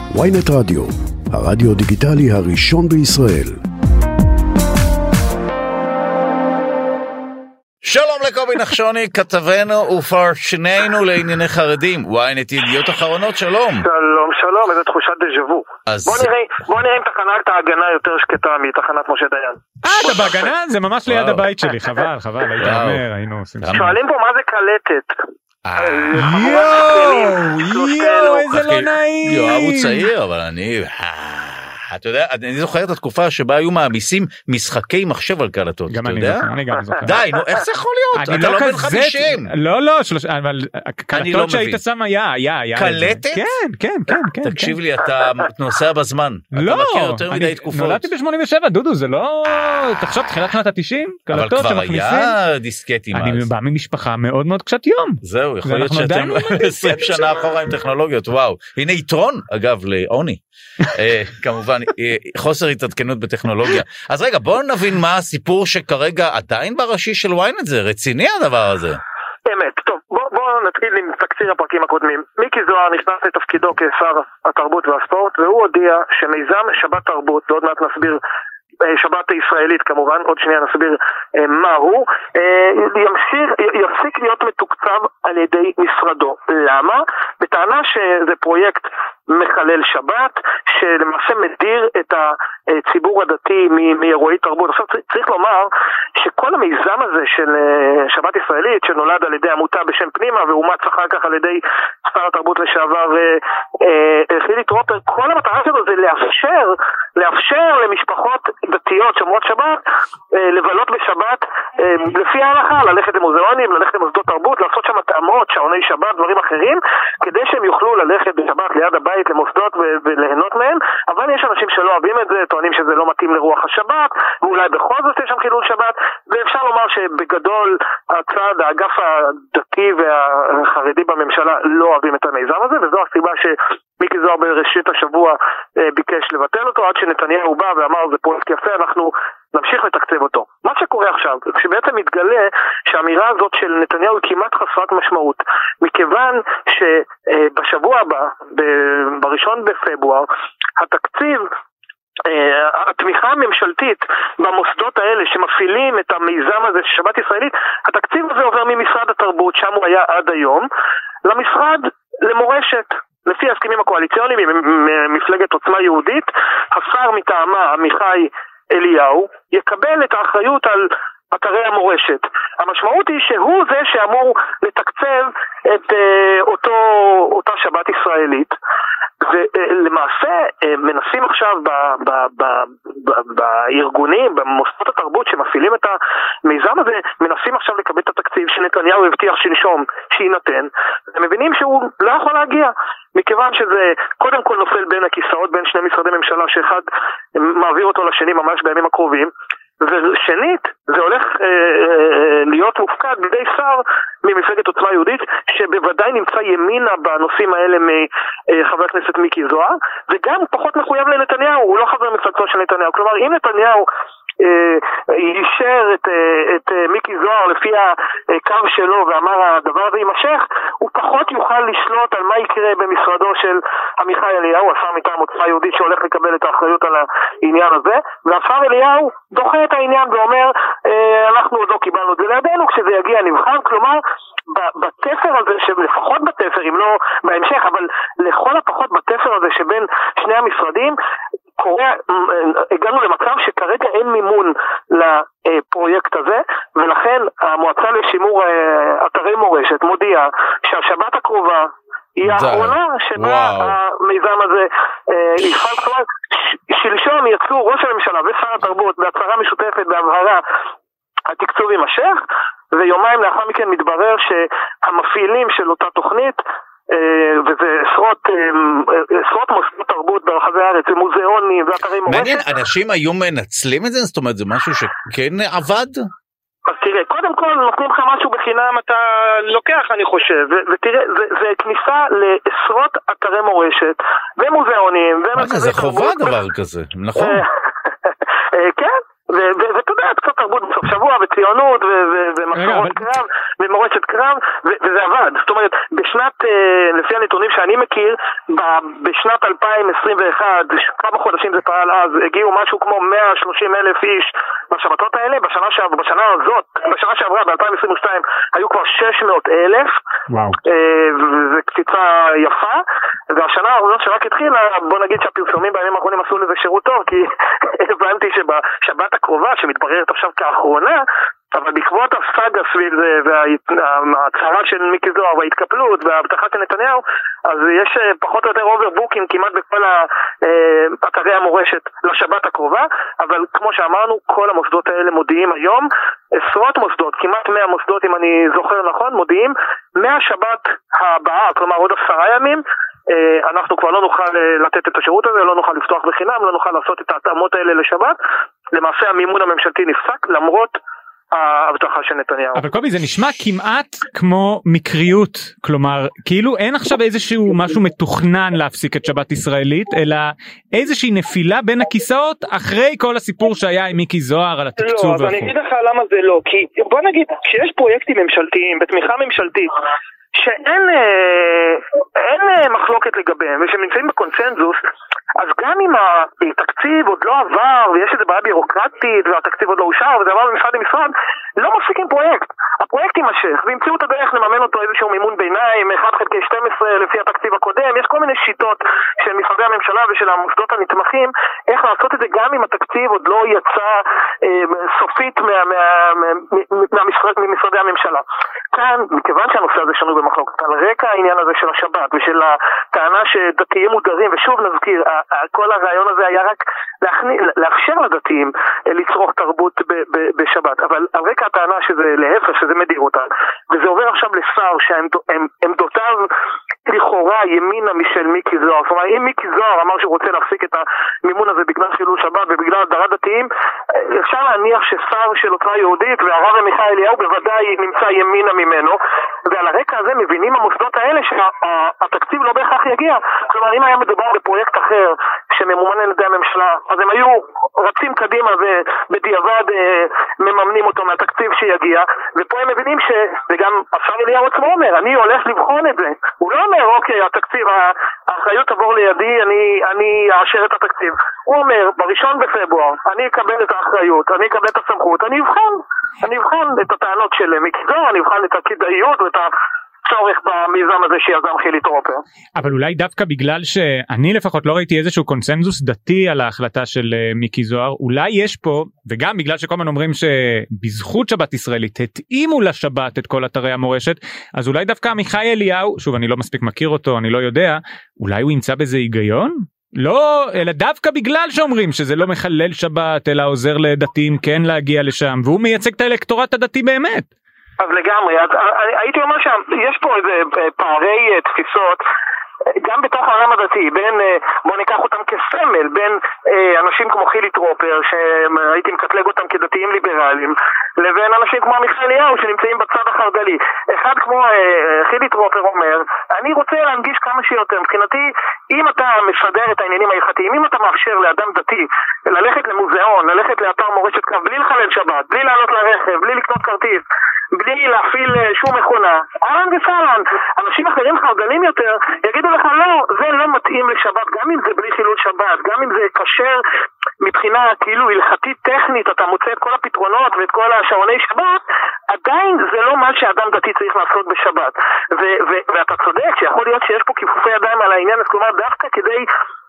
ynet רדיו, הרדיו דיגיטלי הראשון בישראל. שלום לקובי נחשוני, כתבנו ופרשננו לענייני חרדים, ynet ידיעות אחרונות, שלום. שלום, איזו תחושת דז'וו. בוא נראה אם תחנת ההגנה יותר שקטה מתחנת משה דיין. אתה בהגנה? זה ממש ליד הבית שלי, חבל, היית אומר, היינו עושים. שואלים פה מה זה קלטת. יואו, איזה לא נעים. יואב הוא צעיר, אבל אתה יודע, אני זוכר את התקופה שבה היו מעמיסים משחקי מחשב על קלטות. גם אני גם זוכר. די, נו, איך זה יכול להיות? אתה לא בן 50. לא, אבל קלטות שהיית שם היה. קלטת? כן. תקשיב לי, אתה נוסע בזמן. לא, אתה מכיר יותר מדי תקופות. נולדתי ב-87, דודו, זה לא... תחשוב, תחילת שנות ה-90, קלטות שמכניסים. אבל כבר היה דיסקטים אז. אני בא ממשפחה מאוד מאוד קשת יום. זהו, יכול להיות שאתם 20 שנה אחורה עם טכנולוגיות, וואו. הנה יתרון, אגב, לעוני. כמובן, חוסר התעדכנות בטכנולוגיה. אז רגע, בואו נבין מה הסיפור שכרגע עדיין בראשי של ynet, זה רציני הדבר הזה. אמת, טוב, בואו נתחיל עם תקציר הפרקים הקודמים. מיקי זוהר נכנס לתפקידו כשר התרבות והספורט, והוא הודיע שמיזם שבת תרבות, ועוד מעט נסביר שבת הישראלית כמובן, עוד שנייה נסביר מה הוא, יפסיק להיות מתוקצב על ידי משרדו. למה? בטענה שזה פרויקט מחלל שבת, שלמעשה מדיר את הציבור הדתי מאירועי תרבות. עכשיו צריך לומר שכל המיזם הזה של שבת ישראלית, שנולד על ידי עמותה בשם פנימה, ואומץ אחר כך על ידי שר התרבות לשעבר חילי טרופר, כל המטרה שלו זה לאפשר למשפחות דתיות שומרות שבת לבלות בשבת לפי ההלכה, ללכת למוזיאונים, ללכת למוסדות תרבות, לעשות שם התאמות, שעוני שבת, דברים אחרים, כדי שהם יוכלו ללכת בשבת ליד הבית למוסדות וליהנות מהם. אבל יש אנשים שלא אוהבים את זה, טוענים שזה לא מתאים לרוח השבת, ואולי בכל זאת יש שם חילול שבת, ואפשר לומר שבגדול הצד, האגף הדתי והחרדי בממשלה לא אוהבים את המיזם הזה, וזו הסיבה שמיקי זוהר בראשית השבוע ביקש לבטל אותו, עד שנתניהו בא ואמר זה פרויקט יפה, אנחנו נמשיך לתקצב אותו. מה שקורה עכשיו, כשבעצם מתגלה שהאמירה הזאת של נתניהו היא כמעט חסרת משמעות, מכיוון שבשבוע הבא, בראשון בפברואר, התקציב, התמיכה הממשלתית במוסדות האלה שמפעילים את המיזם הזה של שבת ישראלית, התקציב הזה עובר ממשרד התרבות, שם הוא היה עד היום, למשרד למורשת. לפי ההסכמים הקואליציוניים ממפלגת עוצמה יהודית, השר מטעמה עמיחי אליהו יקבל את האחריות על אתרי המורשת. המשמעות היא שהוא זה שאמור לתקצב את אותה שבת ישראלית, ולמעשה מנסים עכשיו בארגונים, במוסדות התרבות שמפעילים את המיזם הזה, מנסים עכשיו לקבל את התקציב שנתניהו הבטיח שלשום שיינתן, ומבינים שהוא לא יכול להגיע, מכיוון שזה קודם כל נופל בין הכיסאות, בין שני משרדי ממשלה, שאחד מעביר אותו לשני ממש בימים הקרובים, ושנית, זה הולך להיות מופקד בידי שר ממפלגת עוצמה יהודית, שבוודאי נמצא ימינה בנושאים האלה מחבר הכנסת מיקי זוהר, וגם פחות מחויב לנתניהו, הוא לא חבר מפלגתו של נתניהו. כלומר, אם נתניהו יישר את מיקי זוהר לפי הקו שלו ואמר הדבר הזה יימשך, הוא פחות יוכל לשלוט על מה יקרה במשרדו של עמיחי אליהו, השר מטעם עוצמה יהודית שהולך לקבל את האחריות על העניין הזה, והשר אליהו דוחה את העניין ואומר אנחנו עוד לא קיבלנו את זה לידינו, כשזה יגיע נבחן. כלומר בתפר הזה, לפחות בתפר, אם לא בהמשך, אבל לכל הפחות בתפר הזה שבין שני המשרדים, הגענו למצב שכרגע אין מימון לפרויקט הזה, ולכן המועצה לשימור אתרי מורשת מודיעה שהשבת הקרובה היא האחרונה שבה המיזם הזה יפעל. כלומר, שלשום יצאו ראש הממשלה ושר התרבות בהצהרה משותפת בהבהרה התקצוב יימשך, ויומיים לאחר מכן מתברר שהמפעילים של אותה תוכנית, וזה עשרות מוסדות תרבות ברחבי הארץ, מוזיאונים ואתרי מורשת. מעניין, אנשים היום מנצלים את זה? זאת אומרת, זה משהו שכן עבד? אז תראה, קודם כל נותנים לך משהו בחינם, אתה לוקח אני חושב, ותראה, זה כניסה לעשרות אתרי מורשת ומוזיאונים. זה חובה דבר כזה, נכון? כן. ואתה יודע, קצת תרבות בסוף שבוע, ציונות ומסורות קרב ומורשת קרב, וזה עבד. זאת אומרת, לפי הנתונים שאני מכיר, בשנת 2021, כמה חודשים זה פעל אז, הגיעו משהו כמו 130,000 איש בשבתות האלה. בשנה שעברה, ב-2022, היו כבר 600,000. וואו. זה קציצה יפה. והשנה הזאת שרק התחילה, בוא נגיד שהפרסומים בימים האחרונים עשו לזה שירות טוב, כי הבנתי שבשבת הקרובה, שמתבררת עכשיו כאחרונה, אבל בעקבות הסאגה סביב זה וההצהרה של מיקי זוהר וההתקפלות וההבטחה של נתניהו, אז יש פחות או יותר אוברבוקים כמעט בכל אתרי המורשת לשבת הקרובה. אבל כמו שאמרנו, כל המוסדות האלה מודיעים היום, עשרות מוסדות, כמעט 100 מוסדות אם אני זוכר נכון, מודיעים מהשבת הבאה, כלומר עוד 10 ימים, אנחנו כבר לא נוכל לתת את השירות הזה, לא נוכל לפתוח בחינם, לא נוכל לעשות את ההתאמות האלה לשבת. למעשה המימון הממשלתי נפסק למרות ההבטחה של נתניהו. אבל קובי, זה נשמע כמעט כמו מקריות, כלומר כאילו אין עכשיו איזשהו משהו מתוכנן להפסיק את שבת ישראלית, אלא איזושהי נפילה בין הכיסאות אחרי כל הסיפור שהיה עם מיקי זוהר על התקצוב. לא, אז אני אגיד לך למה זה לא, כי בוא נגיד, כשיש פרויקטים ממשלתיים בתמיכה ממשלתית שאין מחלוקת לגביהם ושנמצאים בקונצנזוס, אז גם אם התקציב עוד לא עבר ויש איזה בעיה בירוקרטית והתקציב עוד לא אושר וזה עבר ממשרד למשרד, לא מפסיקים פרויקט. הפרויקט יימשך וימצאו את הדרך לממן אותו איזשהו מימון ביניים 1/12 לפי התקציב הקודם. יש כל מיני שיטות של משרדי הממשלה ושל המוסדות הנתמכים איך לעשות את זה גם אם התקציב עוד לא יצא סופית ממשרדי הממשלה. כאן, מכיוון שהנושא הזה שנוי במחלוקת, על רקע העניין הזה של השבת ושל הטענה שדתיים מודרים, ושוב נזכיר, כל הרעיון הזה היה רק לאפשר לדתיים לצרוך תרבות בשבת, אבל על רקע הטענה שזה להפך, שזה מדיר אותה, וזה עובר עכשיו לשר שעמדותיו לכאורה ימינה משל מיקי זוהר. זאת אומרת, אם מיקי זוהר אמר שהוא רוצה להפסיק את המימון הזה בגלל חילול שבת ובגלל הדרת דתיים, אפשר להניח ששר של עוצמה יהודית והרב עמיחי אליהו בוודאי נמצא ימינה ממנו, ועל הרקע הזה מבינים המוסדות האלה שהתקציב לא בהכרח יגיע. כלומר, אם היה מדובר בפרויקט אחר שממומן על ידי הממשלה, אז הם היו רצים קדימה ובדיעבד מממנים אותו מהתקציב שיגיע, ופה הם מבינים וגם השר אליהו עצמו אומר, אני הולך לבחון את זה. הוא לא אומר, אוקיי, התקציב, האחריות תעבור לידי, אני אאשר את התקציב. הוא אומר, ב1 בפברואר, אני אקבל את האחריות, אני אקבל את הסמכות, אני אבחן את הטענות של מיקי זוהר, אני אבחן את הכדאיות ואת הצורך במיזם הזה שיזם חילי טרופר. אבל אולי דווקא בגלל שאני לפחות לא ראיתי איזשהו קונסנזוס דתי על ההחלטה של מיקי זוהר, אולי יש פה, וגם בגלל שכל הזמן אומרים שבזכות שבת ישראלית התאימו לשבת את כל אתרי המורשת, אז אולי דווקא עמיחי אליהו, שוב אני לא מספיק מכיר אותו, אני לא יודע, אולי הוא ימצא בזה היגיון? לא, אלא דווקא בגלל שאומרים שזה לא מחלל שבת, אלא עוזר לדתיים כן להגיע לשם, והוא מייצג את האלקטורט הדתי באמת. אז לגמרי, הייתי אומר שיש פה איזה פערי תפיסות, גם בתוך העולם הדתי, בוא ניקח אותם כסמל, בין אנשים כמו חילי טרופר, שהייתי מקטלג אותם כדתיים ליברליים, לבין אנשים כמו עמיחי אליהו שנמצאים בצד החרד"לי. אחד כמו חילי טרופר אומר, אני רוצה להנגיש כמה שיותר. מבחינתי, אם אתה מסדר את העניינים ההלכתיים, אם אתה מאפשר לאדם דתי ללכת למוזיאון, ללכת לאתר מורשת קרב, בלי לחלל שבת, בלי לעלות לרכב, בלי לקנות כרטיס, בלי להפעיל שום מכונה, אהלן וסהלן. אנשים אחרים חרד"לים יותר יגידו לך, לא, זה לא מתאים לשבת, גם אם זה בלי חילול שבת, גם אם זה כשר מבחינה כאילו הלכתית טכנית, אתה מוצא את כל הפתרונות ואת כל השעוני שבת, עדיין זה לא מה שאדם דתי צריך לעשות בשבת. ואתה צודק שיכול להיות שיש פה כיפופי ידיים על העניין, כלומר דווקא כדי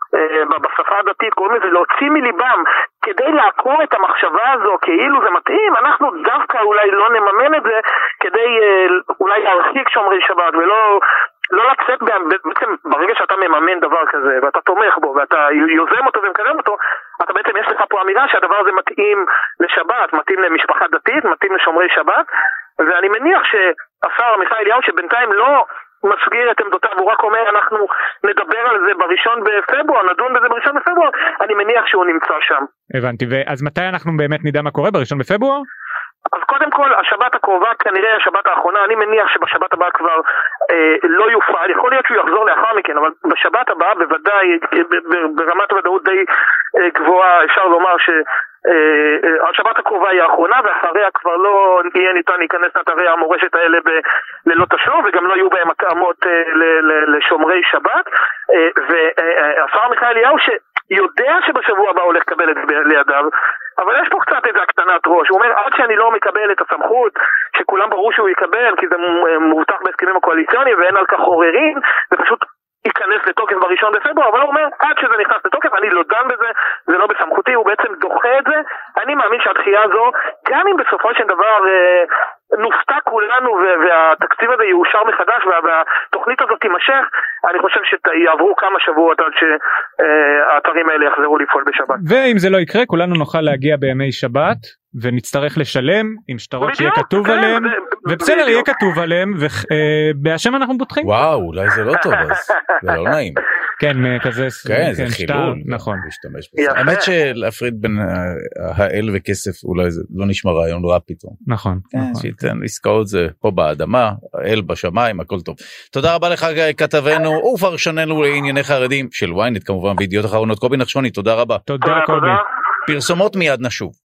בשפה הדתית קוראים לזה להוציא מליבם, כדי לעקור את המחשבה הזו כאילו זה מתאים, אנחנו דווקא אולי לא נממן את זה כדי אולי להרחיק שומרי שבת ולא לצאת בעצם ברגע שאתה מממן דבר כזה ואתה תומך בו ואתה יוזם אותו ומקדם אותו, אתה בעצם יש לך פה אמירה שהדבר הזה מתאים לשבת, מתאים למשפחה דתית, מתאים לשומרי שבת, ואני מניח שהשר עמיחי אליהו שבינתיים לא מסגיר את עמדותיו, הוא רק אומר אנחנו נדבר על זה ב1 בפברואר, נדון בזה ב1 בפברואר, אני מניח שהוא נמצא שם. הבנתי, אז מתי אנחנו באמת נדע מה קורה ב1 בפברואר? אז קודם כל, השבת הקרובה כנראה השבת האחרונה, אני מניח שבשבת הבאה כבר לא יופעל, יכול להיות שהוא יחזור לאחר מכן, אבל בשבת הבאה בוודאי, ברמת ודאות די גבוהה, אפשר לומר השבת הקרובה היא האחרונה, ואחריה כבר לא יהיה ניתן להיכנס לאתרי המורשת האלה ללא תשלום, וגם לא יהיו בהם התאמות לשומרי שבת. והשר מיכאל אליהו שיודע שבשבוע הבא הולך לקבל את זה לידיו, אבל יש פה קצת איזה הקטנת ראש. הוא אומר, עד שאני לא מקבל את הסמכות, שכולם ברור שהוא יקבל, כי זה מובטח בהסכמים הקואליציוניים ואין על כך עוררין, זה פשוט ייכנס לתוקף בראשון בפברואר, אבל הוא אומר, עד שזה נכנס לתוקף, אני לא דן בזה, זה לא בסמכותי, הוא בעצם דוחה את זה. אני מאמין שהדחייה הזו, גם אם בסופו של דבר נופתע כולנו והתקציב הזה יאושר מחדש והתוכנית הזאת תימשך, אני חושב שיעברו כמה שבועות עד שהאתרים האלה יחזרו לפעול בשבת. ואם זה לא יקרה, כולנו נוכל להגיע בימי שבת ונצטרך לשלם עם שטרות שיהיה כתוב עליהם, ובסדר יהיה כתוב עליהם, ובהשם אנחנו בוטחים. וואו, אולי זה לא טוב, אז זה לא נעים. כן, כזה, כן, זה חילול, נכון. האמת שלהפריד בין האל וכסף אולי זה לא נשמע רעיון רע פתאום. נכון. שייתן עסקאות זה פה באדמה, האל בשמיים, הכל טוב. תודה רבה לך כתבנו ופרשננו לענייני חרדים של ynet כמובן בידיעות אחרונות, קובי נחשוני, תודה רבה. תודה קובי. פרסומות מיד נשוב.